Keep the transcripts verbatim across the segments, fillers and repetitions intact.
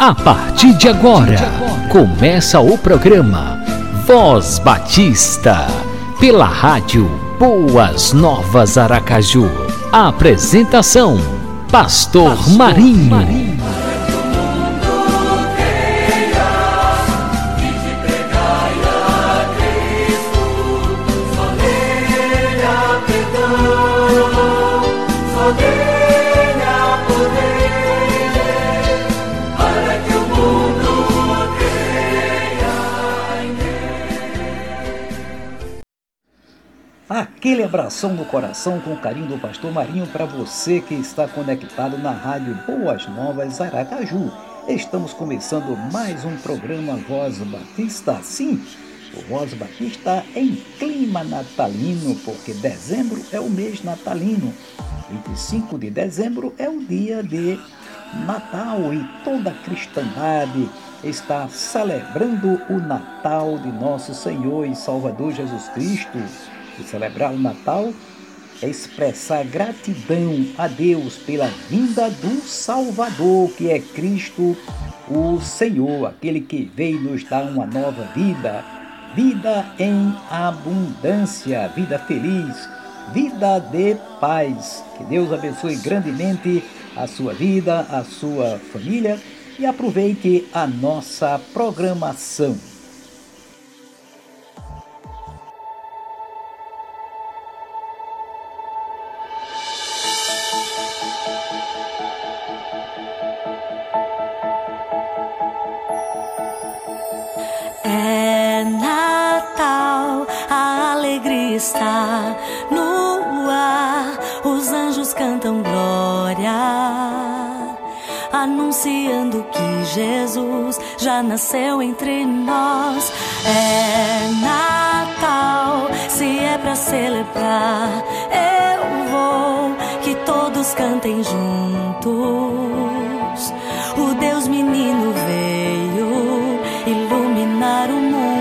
A partir de agora, começa o programa Voz Batista, pela rádio Boas Novas Aracaju. A apresentação, Pastor, Pastor Marinho. Marinho. Aquele abração no coração com o carinho do Pastor Marinho para você que está conectado na rádio Boas Novas Aracaju. Estamos começando mais um programa Voz Batista. Sim, o Voz Batista em clima natalino, porque dezembro é o mês natalino. vinte e cinco de dezembro é o dia de Natal e toda a cristandade está celebrando o Natal de nosso Senhor e Salvador Jesus Cristo. E celebrar o Natal é expressar gratidão a Deus pela vinda do Salvador, que é Cristo, o Senhor, aquele que veio nos dar uma nova vida, vida em abundância, vida feliz, vida de paz. Que Deus abençoe grandemente a sua vida, a sua família e aproveite a nossa programação. Está no ar, os anjos cantam glória, anunciando que Jesus já nasceu entre nós. É Natal, se é pra celebrar, eu vou, que todos cantem juntos. O Deus menino veio iluminar o mundo.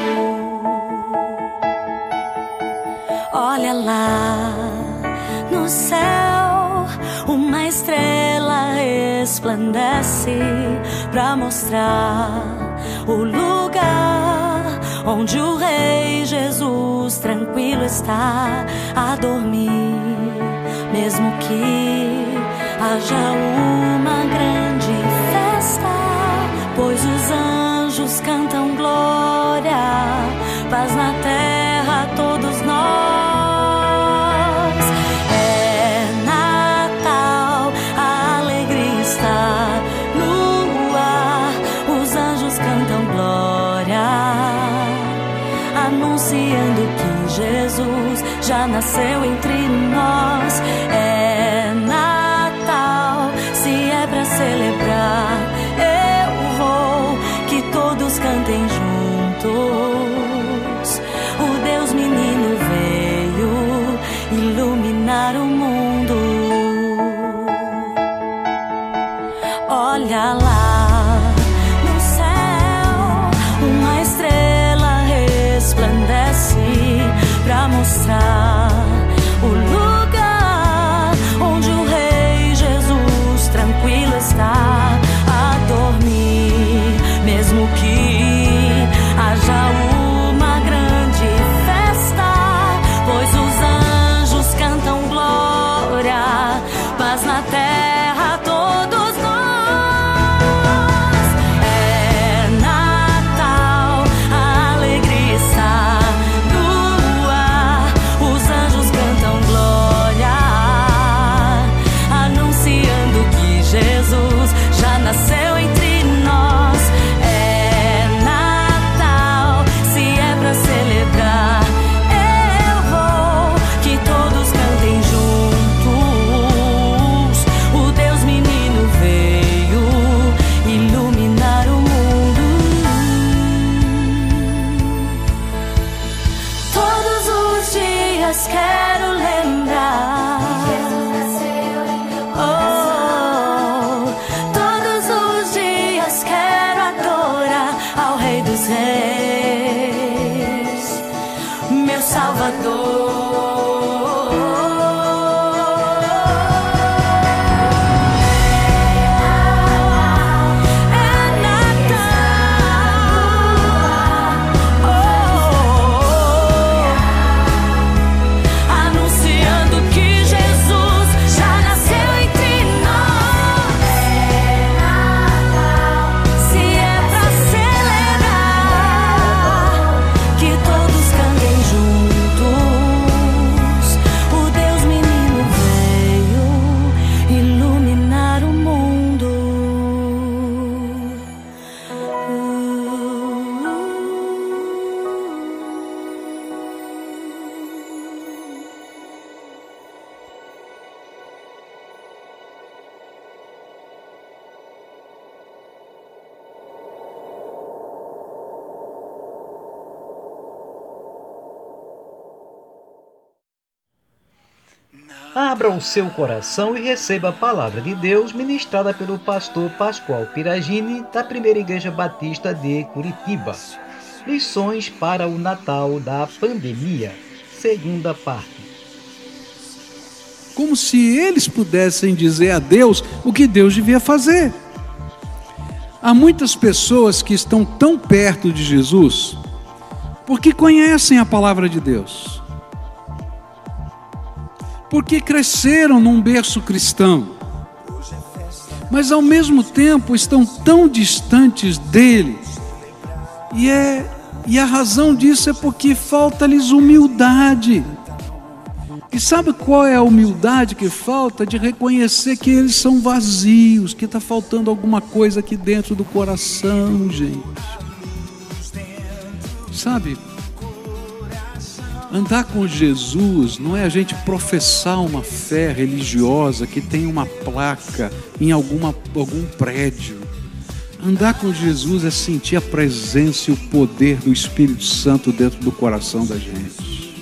Olha lá no céu, uma estrela resplandece pra mostrar o lugar onde o Rei Jesus tranquilo está a dormir. Mesmo que haja uma grande festa, pois os anjos cantam glória, paz na terra a todos nós. Anunciando que Jesus já nasceu entre nós. É Natal, se é pra celebrar, eu vou, que todos cantem juntos. O Deus menino veio iluminar o mundo. Olha lá pra mostrar o lugar onde o Rei Jesus tranquilo está a dormir. Mesmo que haja uma grande festa, pois os anjos cantam glória, paz na terra a todos nós. É Natal, a alegria está. Os Abra o seu coração e receba a palavra de Deus ministrada pelo pastor Pascoal Piragini, da Primeira Igreja Batista de Curitiba. Lições para o Natal da Pandemia, segunda parte. Como se eles pudessem dizer a Deus o que Deus devia fazer. Há muitas pessoas que estão tão perto de Jesus porque conhecem a palavra de Deus, porque cresceram num berço cristão, mas ao mesmo tempo estão tão distantes dele, e, é, e a razão disso é porque falta-lhes humildade. E sabe qual é a humildade que falta? De reconhecer que eles são vazios, que está faltando alguma coisa aqui dentro do coração, gente. Sabe? Andar com Jesus não é a gente professar uma fé religiosa que tem uma placa em alguma, algum prédio. Andar com Jesus é sentir a presença e o poder do Espírito Santo dentro do coração da gente.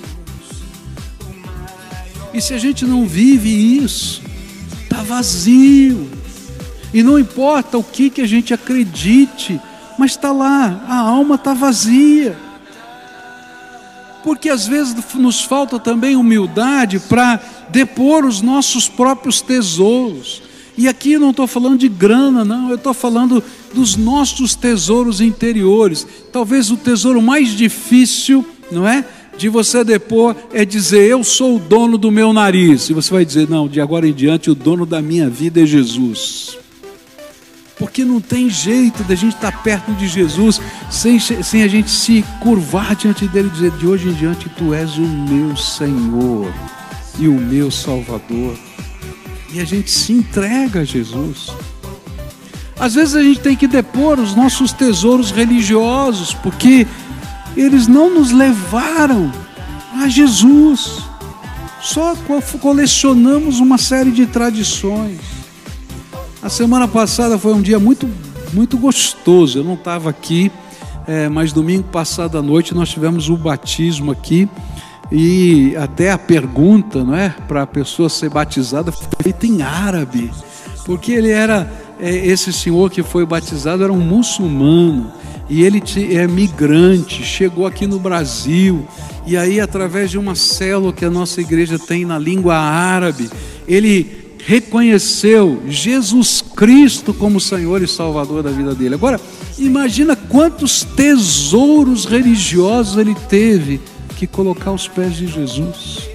E se a gente não vive isso, está vazio. E não importa o que, que a gente acredite, mas está lá, a alma está vazia. Porque às vezes nos falta também humildade para depor os nossos próprios tesouros. E aqui eu não estou falando de grana, não, eu estou falando dos nossos tesouros interiores. Talvez o tesouro mais difícil, não é? De você depor é dizer, eu sou o dono do meu nariz. E você vai dizer, não, de agora em diante o dono da minha vida é Jesus. Porque não tem jeito da gente estar perto de Jesus sem, sem a gente se curvar diante dele e dizer, de hoje em diante tu és o meu Senhor e o meu Salvador. E a gente se entrega a Jesus. Às vezes a gente tem que depor os nossos tesouros religiosos, porque eles não nos levaram a Jesus. Só colecionamos uma série de tradições. A semana passada foi um dia muito, muito gostoso. Eu não estava aqui, é, mas domingo passado à noite nós tivemos o batismo aqui. E até a pergunta, não é, para a pessoa ser batizada foi feita em árabe. Porque ele era, é, esse senhor que foi batizado era um muçulmano. E ele é migrante, chegou aqui no Brasil. E aí, através de uma célula que a nossa igreja tem na língua árabe, ele reconheceu Jesus Cristo como Senhor e Salvador da vida dele. Agora, imagina quantos tesouros religiosos ele teve que colocar aos pés de Jesus.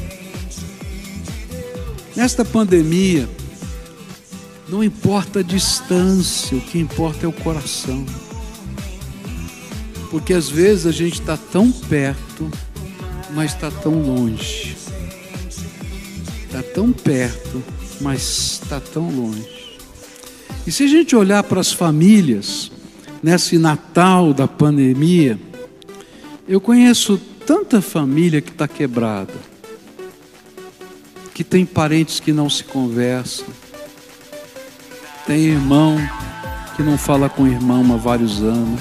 Nesta pandemia, não importa a distância, o que importa é o coração. Porque às vezes a gente está tão perto, mas está tão longe. Está tão perto, mas está tão longe. E se a gente olhar para as famílias, nesse Natal da pandemia, eu conheço tanta família que está quebrada, que tem parentes que não se conversam, tem irmão que não fala com o irmão há vários anos,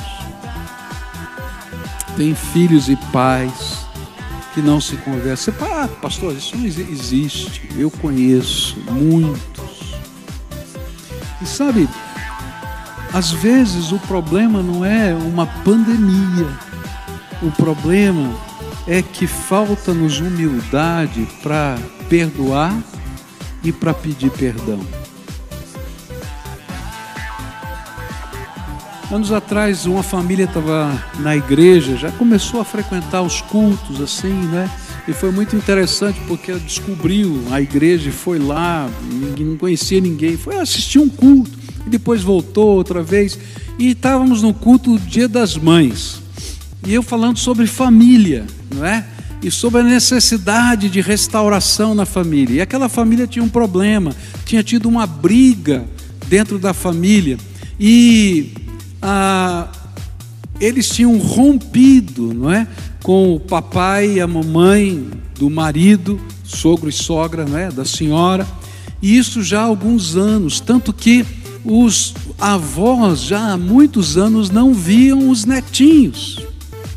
tem filhos e pais que não se conversam. Ah, pastor, isso não existe. Eu conheço muitos. E sabe, às vezes o problema não é uma pandemia. O problema é que falta-nos humildade para perdoar e para pedir perdão. Anos atrás, uma família estava na igreja, já começou a frequentar os cultos, assim, né? E foi muito interessante, porque descobriu a igreja e foi lá, não conhecia ninguém, foi assistir um culto, e depois voltou outra vez, e estávamos no culto do Dia das Mães, e eu falando sobre família, não é? E sobre a necessidade de restauração na família. E aquela família tinha um problema, tinha tido uma briga dentro da família, e Ah, eles tinham rompido, não é, com o papai e a mamãe do marido, sogro e sogra, não é, da senhora, e isso já há alguns anos, tanto que os avós já há muitos anos não viam os netinhos.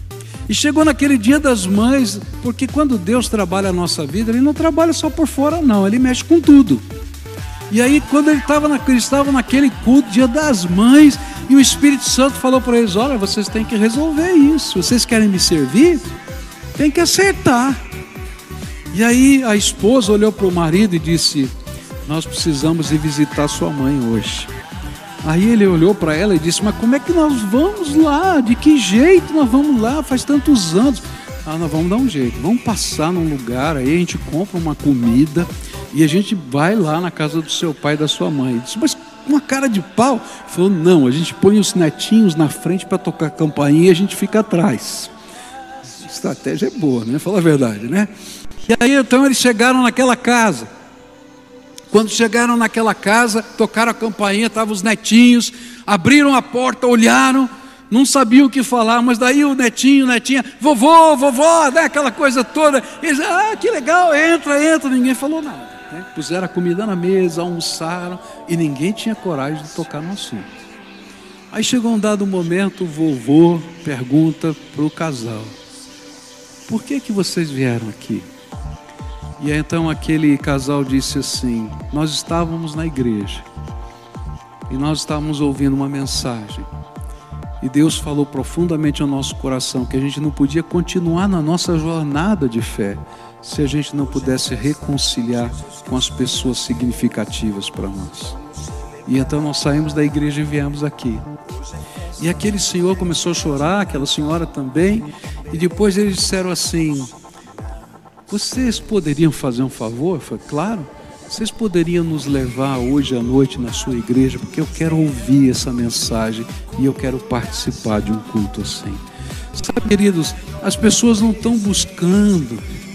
E chegou naquele dia das mães, porque quando Deus trabalha a nossa vida, Ele não trabalha só por fora não, Ele mexe com tudo. E aí quando ele estava na, eles estavam naquele culto, dia das mães, e o Espírito Santo falou para eles: olha, vocês têm que resolver isso, vocês querem me servir? Tem que acertar. E aí a esposa olhou para o marido e disse: nós precisamos ir visitar sua mãe hoje. Aí ele olhou para ela e disse: mas como é que nós vamos lá? De que jeito nós vamos lá? Faz tantos anos. Ah, nós vamos dar um jeito, vamos passar num lugar, aí a gente compra uma comida e a gente vai lá na casa do seu pai e da sua mãe. Ele disse: mas uma cara de pau. Ele falou: não, a gente põe os netinhos na frente para tocar a campainha e a gente fica atrás. A estratégia é boa, né? Fala a verdade, né? E aí então eles chegaram naquela casa. Quando chegaram naquela casa, tocaram a campainha, estavam os netinhos, abriram a porta, olharam, não sabiam o que falar, mas daí o netinho, netinha, vovô, vovó, né, aquela coisa toda. Eles: ah, que legal, entra, entra. Ninguém falou nada, né? Puseram a comida na mesa, almoçaram, e ninguém tinha coragem de tocar no assunto. Aí chegou um dado momento, o vovô pergunta para o casal: por que que vocês vieram aqui? E aí, então aquele casal disse assim: nós estávamos na igreja e nós estávamos ouvindo uma mensagem e Deus falou profundamente ao nosso coração que a gente não podia continuar na nossa jornada de fé se a gente não pudesse reconciliar com as pessoas significativas para nós. E então nós saímos da igreja e viemos aqui. E aquele senhor começou a chorar, aquela senhora também, e depois eles disseram assim: vocês poderiam fazer um favor? Eu falei: claro, vocês poderiam nos levar hoje à noite na sua igreja, porque eu quero ouvir essa mensagem e eu quero participar de um culto assim. Sabe, queridos, as pessoas não estão buscando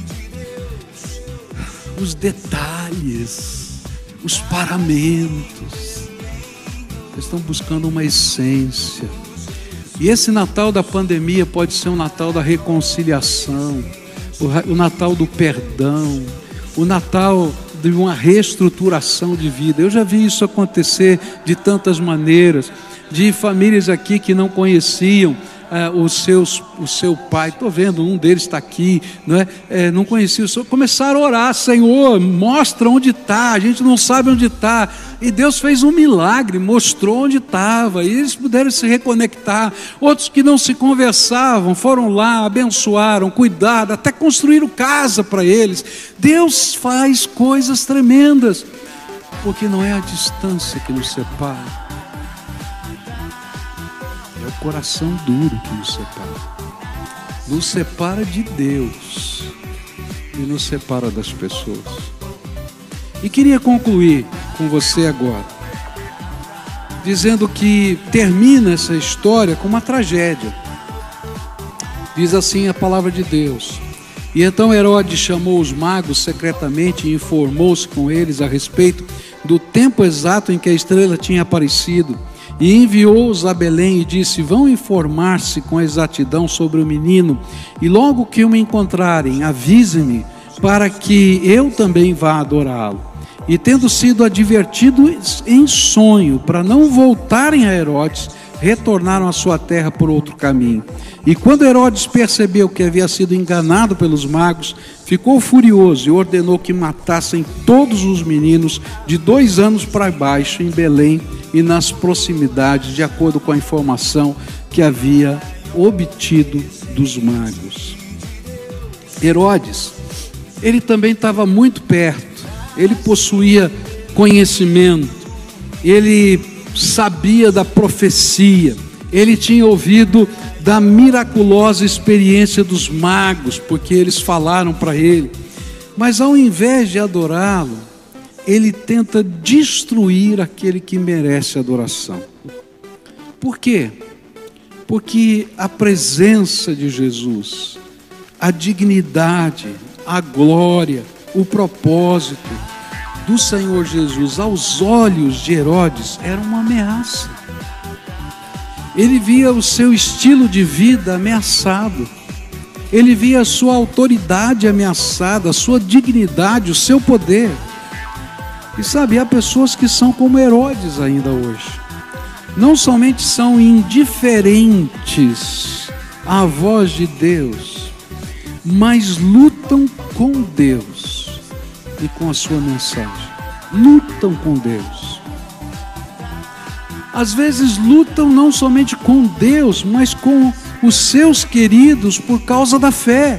os detalhes, os paramentos, eles estão buscando uma essência. E esse Natal da pandemia pode ser um Natal da reconciliação, o Natal do perdão, o Natal de uma reestruturação de vida. Eu já vi isso acontecer de tantas maneiras, de famílias aqui que não conheciam ah, os seus, o seu pai. Estou vendo, um deles está aqui, não é? É, não conhecia o seu. Começaram a orar: Senhor, mostra onde está, a gente não sabe onde está. E Deus fez um milagre, mostrou onde estava, e eles puderam se reconectar. Outros que não se conversavam foram lá, abençoaram, cuidaram, até construíram casa para eles. Deus faz coisas tremendas, porque não é a distância que nos separa, é o coração duro que nos separa. Nos separa de Deus e nos separa das pessoas. E queria concluir com você agora, dizendo que termina essa história com uma tragédia. Diz assim a palavra de Deus: e então Herodes chamou os magos secretamente e informou-se com eles a respeito do tempo exato em que a estrela tinha aparecido, e enviou-os a Belém e disse: vão informar-se com exatidão sobre o menino, e logo que o me encontrarem, avisem-me, para que eu também vá adorá-lo. E tendo sido advertidos em sonho para não voltarem a Herodes, retornaram à sua terra por outro caminho. E quando Herodes percebeu que havia sido enganado pelos magos, ficou furioso e ordenou que matassem todos os meninos de dois anos para baixo em Belém e nas proximidades, de acordo com a informação que havia obtido dos magos. Herodes, ele também estava muito perto. Ele possuía conhecimento, ele sabia da profecia, ele tinha ouvido da miraculosa experiência dos magos, porque eles falaram para ele. Mas ao invés de adorá-lo, ele tenta destruir aquele que merece adoração. Por quê? Porque a presença de Jesus, a dignidade, a glória, o propósito do Senhor Jesus aos olhos de Herodes era uma ameaça. Ele via o seu estilo de vida ameaçado, ele via a sua autoridade ameaçada, a sua dignidade, o seu poder. E sabe, há pessoas que são como Herodes ainda hoje. Não somente são indiferentes à voz de Deus, mas lutam com Deus e com a sua mensagem. Lutam com Deus. Às vezes lutam não somente com Deus, mas com os seus queridos por causa da fé.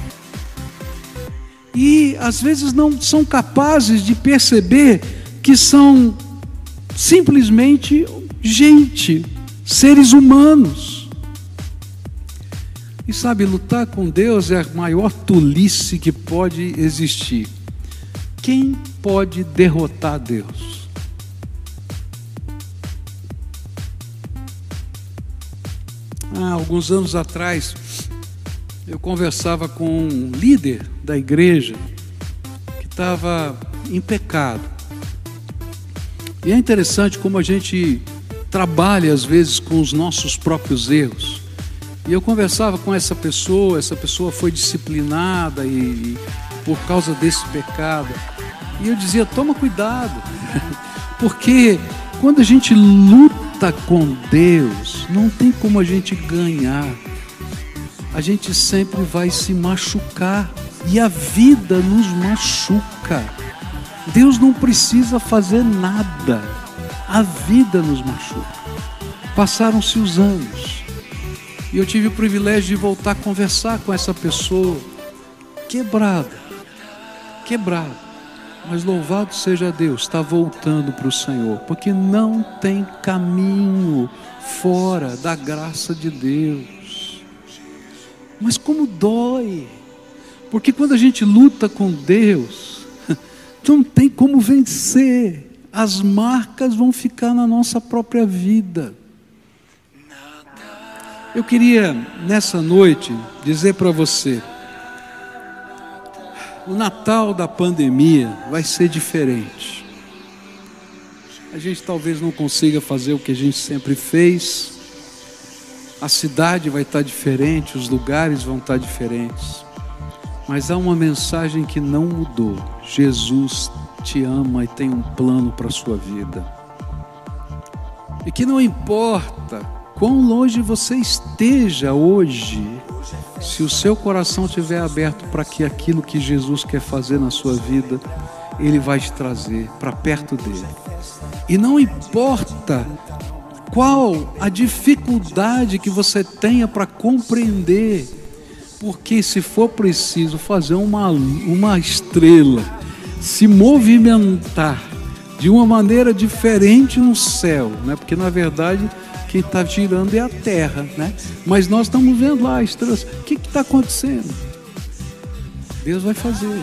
E às vezes não são capazes de perceber que são simplesmente gente, seres humanos. E sabe, lutar com Deus é a maior tolice que pode existir. Quem pode derrotar Deus? Há alguns anos atrás, eu conversava com um líder da igreja que estava em pecado. E é interessante como a gente trabalha às vezes com os nossos próprios erros. E eu conversava com essa pessoa, essa pessoa foi disciplinada e, e por causa desse pecado. E eu dizia, toma cuidado, porque quando a gente luta com Deus, não tem como a gente ganhar. A gente sempre vai se machucar e a vida nos machuca. Deus não precisa fazer nada, a vida nos machuca. Passaram-se os anos e eu tive o privilégio de voltar a conversar com essa pessoa, quebrada, quebrada. Mas louvado seja Deus, está voltando para o Senhor, porque não tem caminho fora da graça de Deus. Mas como dói, porque quando a gente luta com Deus, não tem como vencer, as marcas vão ficar na nossa própria vida. Eu queria nessa noite dizer para você, o Natal da pandemia vai ser diferente. A gente talvez não consiga fazer o que a gente sempre fez, a cidade vai estar diferente, os lugares vão estar diferentes, mas há uma mensagem que não mudou: Jesus te ama e tem um plano para a sua vida, e que não importa quão longe você esteja hoje, se o seu coração estiver aberto para que aquilo que Jesus quer fazer na sua vida, Ele vai te trazer para perto dele. E não importa qual a dificuldade que você tenha para compreender, porque se for preciso fazer uma, uma estrela se movimentar de uma maneira diferente no céu, né? Porque na verdade quem está girando é a terra, né? Mas nós estamos vendo lá as estrelas. O que está acontecendo? Deus vai fazer.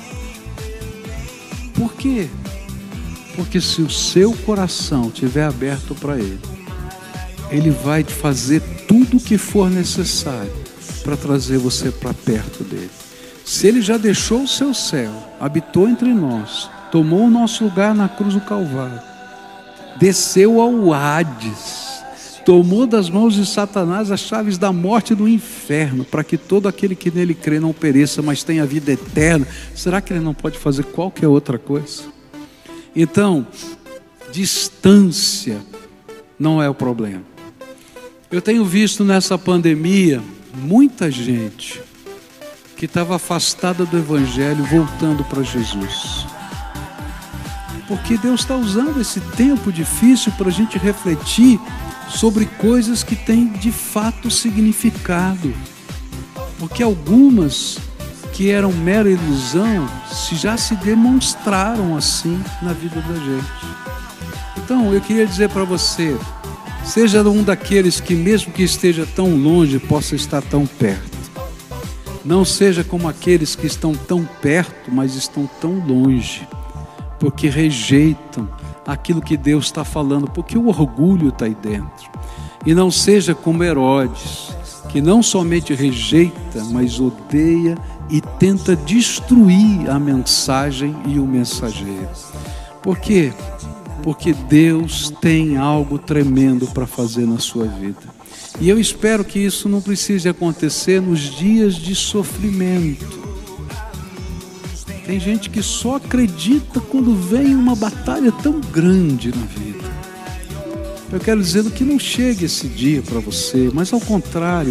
Por quê? Porque se o seu coração estiver aberto para Ele, Ele vai fazer tudo o que for necessário para trazer você para perto dele. Se Ele já deixou o seu céu, habitou entre nós, tomou o nosso lugar na cruz do Calvário, desceu ao Hades, tomou das mãos de Satanás as chaves da morte e do inferno, para que todo aquele que nele crê não pereça, mas tenha vida eterna. Será que Ele não pode fazer qualquer outra coisa? Então, distância não é o problema. Eu tenho visto nessa pandemia muita gente que estava afastada do Evangelho voltando para Jesus. Porque Deus está usando esse tempo difícil para a gente refletir sobre coisas que têm de fato significado, porque algumas que eram mera ilusão se já se demonstraram assim na vida da gente. Então eu queria dizer para você, seja um daqueles que mesmo que esteja tão longe possa estar tão perto. Não seja como aqueles que estão tão perto, mas estão tão longe, porque rejeitam aquilo que Deus está falando, porque o orgulho está aí dentro. E não seja como Herodes, que não somente rejeita, mas odeia e tenta destruir a mensagem e o mensageiro. Por quê? Porque Deus tem algo tremendo para fazer na sua vida. E eu espero que isso não precise acontecer nos dias de sofrimento. Tem gente que só acredita quando vem uma batalha tão grande na vida. Eu quero dizer que não chegue esse dia para você, mas ao contrário,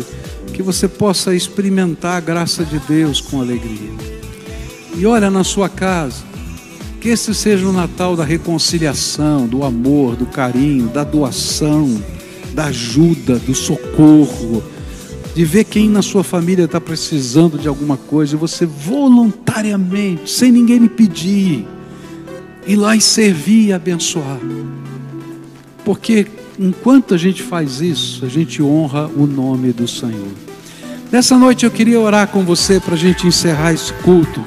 que você possa experimentar a graça de Deus com alegria. E olha, na sua casa, que esse seja o Natal da reconciliação, do amor, do carinho, da doação, da ajuda, do socorro, de ver quem na sua família está precisando de alguma coisa e você voluntariamente, sem ninguém lhe pedir, ir lá e servir e abençoar. Porque enquanto a gente faz isso, a gente honra o nome do Senhor. Nessa noite eu queria orar com você para a gente encerrar esse culto.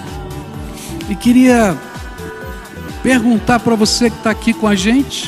E queria perguntar para você que está aqui com a gente,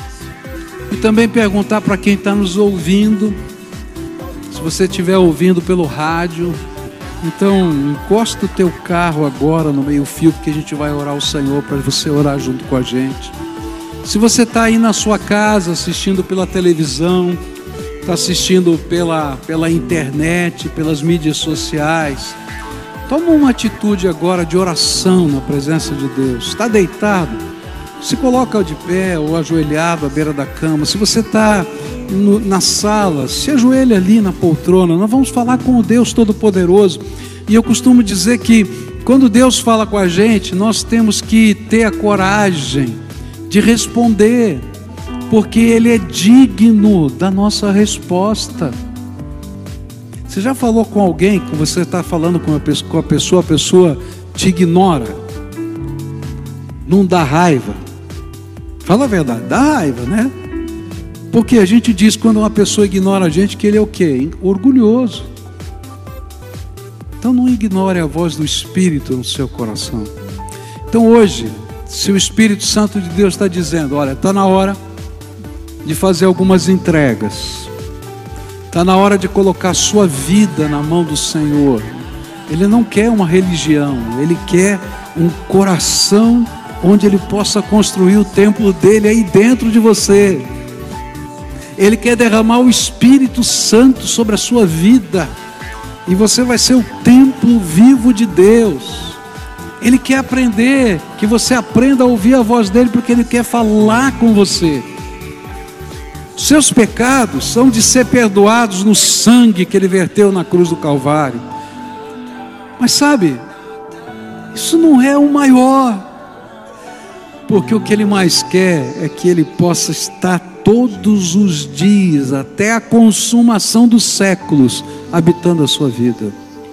e também perguntar para quem está nos ouvindo. Se você estiver ouvindo pelo rádio, então encosta o teu carro agora no meio-fio, porque a gente vai orar ao Senhor para você orar junto com a gente. Se você está aí na sua casa assistindo pela televisão, está assistindo pela, pela internet, pelas mídias sociais, toma uma atitude agora de oração na presença de Deus. Está deitado? Se coloca de pé ou ajoelhado à beira da cama. Se você está na sala, se ajoelha ali na poltrona. Nós vamos falar com o Deus Todo-Poderoso. E eu costumo dizer que quando Deus fala com a gente, nós temos que ter a coragem de responder, porque Ele é digno da nossa resposta. Você já falou com alguém que você está falando com a pessoa, a pessoa te ignora? Não dá raiva? Fala a verdade, dá raiva, né? Porque a gente diz quando uma pessoa ignora a gente que ele é o quê? Orgulhoso. Então não ignore a voz do Espírito no seu coração. Então hoje, se o Espírito Santo de Deus está dizendo, olha, está na hora de fazer algumas entregas. Está na hora de colocar a sua vida na mão do Senhor. Ele não quer uma religião, Ele quer um coração onde Ele possa construir o templo dEle aí dentro de você. Ele quer derramar o Espírito Santo sobre a sua vida, e você vai ser o templo vivo de Deus. Ele quer aprender, que você aprenda a ouvir a voz dEle, porque Ele quer falar com você. Seus pecados são de ser perdoados no sangue que Ele verteu na cruz do Calvário. Mas sabe, isso não é o maior, porque o que Ele mais quer é que Ele possa estar todos os dias, até a consumação dos séculos, habitando a sua vida.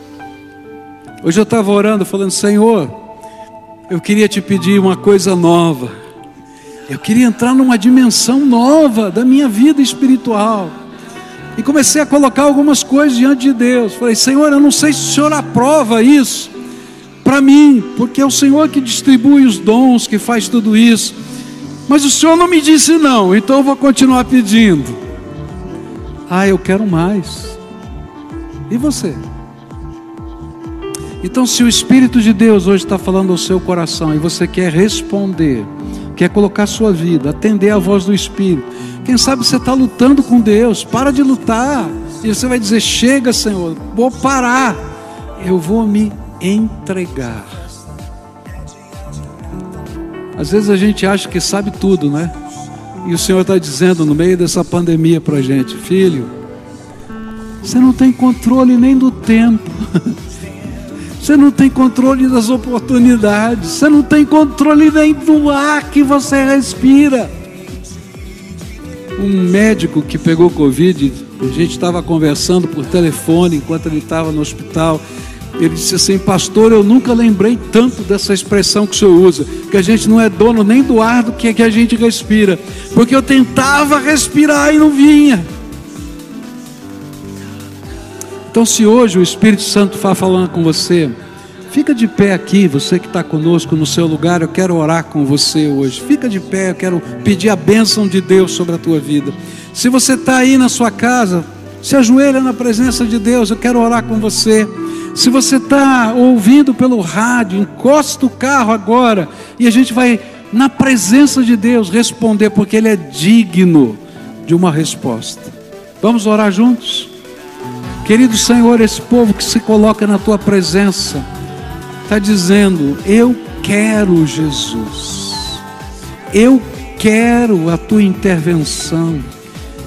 Hoje eu estava orando, falando, Senhor, eu queria te pedir uma coisa nova. Eu queria entrar numa dimensão nova da minha vida espiritual. E comecei a colocar algumas coisas diante de Deus. Falei, Senhor, eu não sei se o Senhor aprova isso para mim, porque é o Senhor que distribui os dons, que faz tudo isso. Mas o Senhor não me disse não, então eu vou continuar pedindo. Ah, eu quero mais. E você? Então, se o Espírito de Deus hoje está falando ao seu coração e você quer responder, quer colocar sua vida, atender a voz do Espírito, quem sabe você está lutando com Deus, para de lutar, e você vai dizer, chega Senhor, vou parar, eu vou me entregar. Às vezes a gente acha que sabe tudo, né? E o Senhor está dizendo no meio dessa pandemia para a gente, filho, você não tem controle nem do tempo, você não tem controle das oportunidades, você não tem controle nem do ar que você respira. Um médico que pegou Covid, a gente estava conversando por telefone enquanto ele estava no hospital. Ele disse assim, pastor, eu nunca lembrei tanto dessa expressão que o senhor usa, que a gente não é dono nem do ar do que é que a gente respira, porque eu tentava respirar e não vinha. Então, se hoje o Espírito Santo está falando com você, fica de pé aqui, você que está conosco no seu lugar, eu quero orar com você hoje. Fica de pé, eu quero pedir a bênção de Deus sobre a tua vida. Se você está aí na sua casa, se ajoelha na presença de Deus, eu quero orar com você. Se você está ouvindo pelo rádio, encosta o carro agora, e a gente vai, na presença de Deus, responder, porque Ele é digno de uma resposta. Vamos orar juntos? Querido Senhor, esse povo que se coloca na Tua presença, está dizendo, eu quero Jesus, eu quero a Tua intervenção,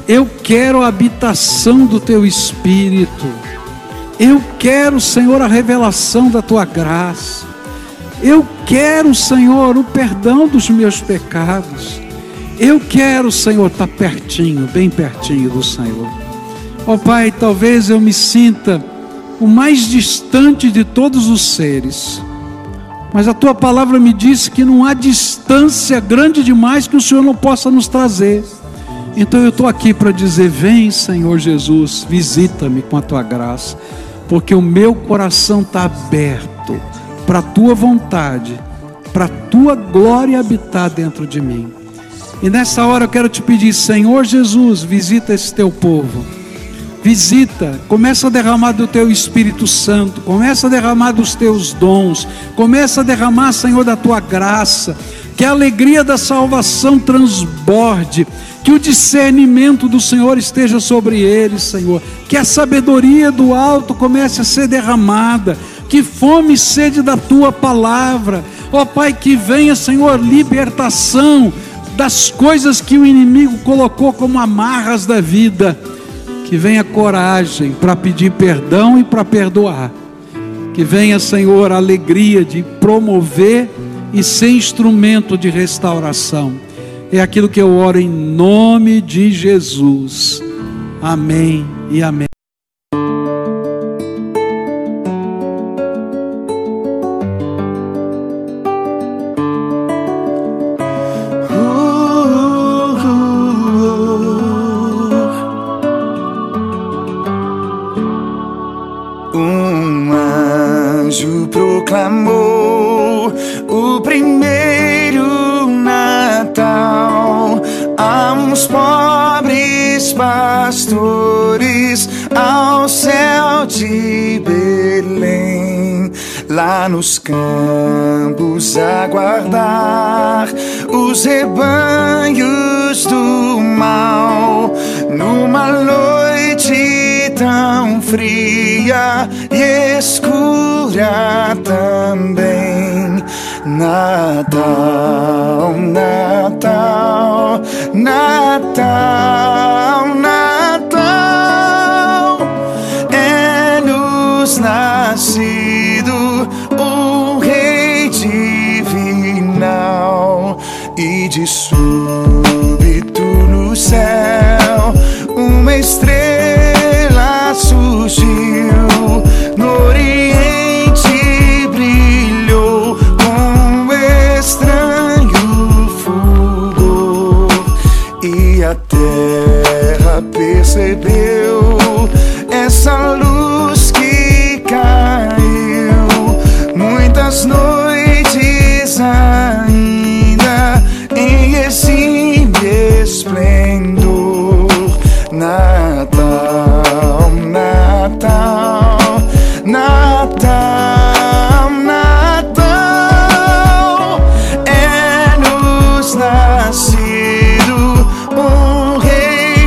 Eu quero a habitação do Teu Espírito. Eu quero, Senhor, a revelação da Tua graça. Eu quero, Senhor, o perdão dos meus pecados. Eu quero, Senhor, estar pertinho, bem pertinho do Senhor. Ó Pai, talvez eu me sinta o mais distante de todos os seres, mas a Tua palavra me diz que não há distância grande demais que o Senhor não possa nos trazer. Então eu estou aqui para dizer: vem, Senhor Jesus, visita-me com a Tua graça, porque o meu coração está aberto para a Tua vontade, para a Tua glória habitar dentro de mim. E nessa hora eu quero te pedir: Senhor Jesus, visita esse Teu povo. Visita, começa a derramar do Teu Espírito Santo, começa a derramar dos Teus dons, começa a derramar, Senhor, da Tua graça, que a alegria da salvação transborde, que o discernimento do Senhor esteja sobre eles, Senhor, que a sabedoria do alto comece a ser derramada, que fome e sede da Tua palavra, ó Pai, que venha, Senhor, libertação das coisas que o inimigo colocou como amarras da vida. Que venha coragem para pedir perdão e para perdoar. Que venha, Senhor, a alegria de promover e ser instrumento de restauração. É aquilo que eu oro em nome de Jesus. Amém e amém. Proclamou o primeiro Natal a uns pobres pastores ao céu de Belém, lá nos campos a guardar os rebanhos do mal, numa noite tão fria e escura também. Natal, Natal, Natal, Natal, é-nos nascido o Rei divinal, e de súbito no céu uma estrela surgiu, no oriente brilhou com estranho fulgor, e a terra percebeu essa luz que caiu. Muitas noites ainda em exímio esplendor. Natal, Natal, Natal, Natal, é-nos nascido um Rei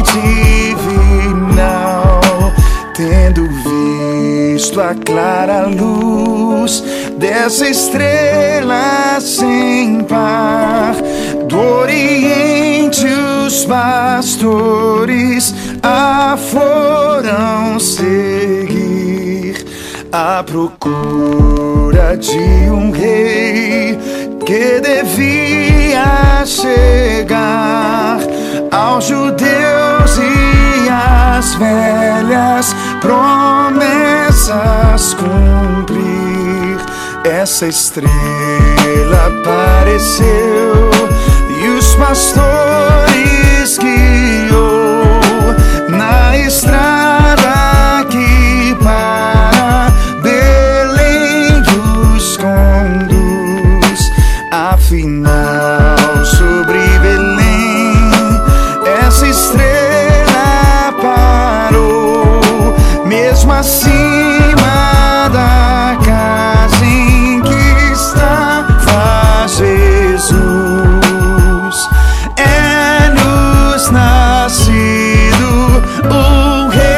divinal, tendo visto a clara luz dessa estrela sem par, do oriente os pastores a foram seguir, à procura de um rei que devia chegar aos judeus e às velhas promessas cumprir. Essa estrela apareceu e os pastores guiou na estrada que para Belém os conduz. Afinal, sobre Belém essa estrela parou, mesmo acima da casa em que estava Jesus. É-nos nascido o Rei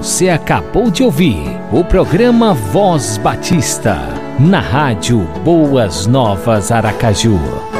Você acabou de ouvir o programa Voz Batista, na Rádio Boas Novas Aracaju.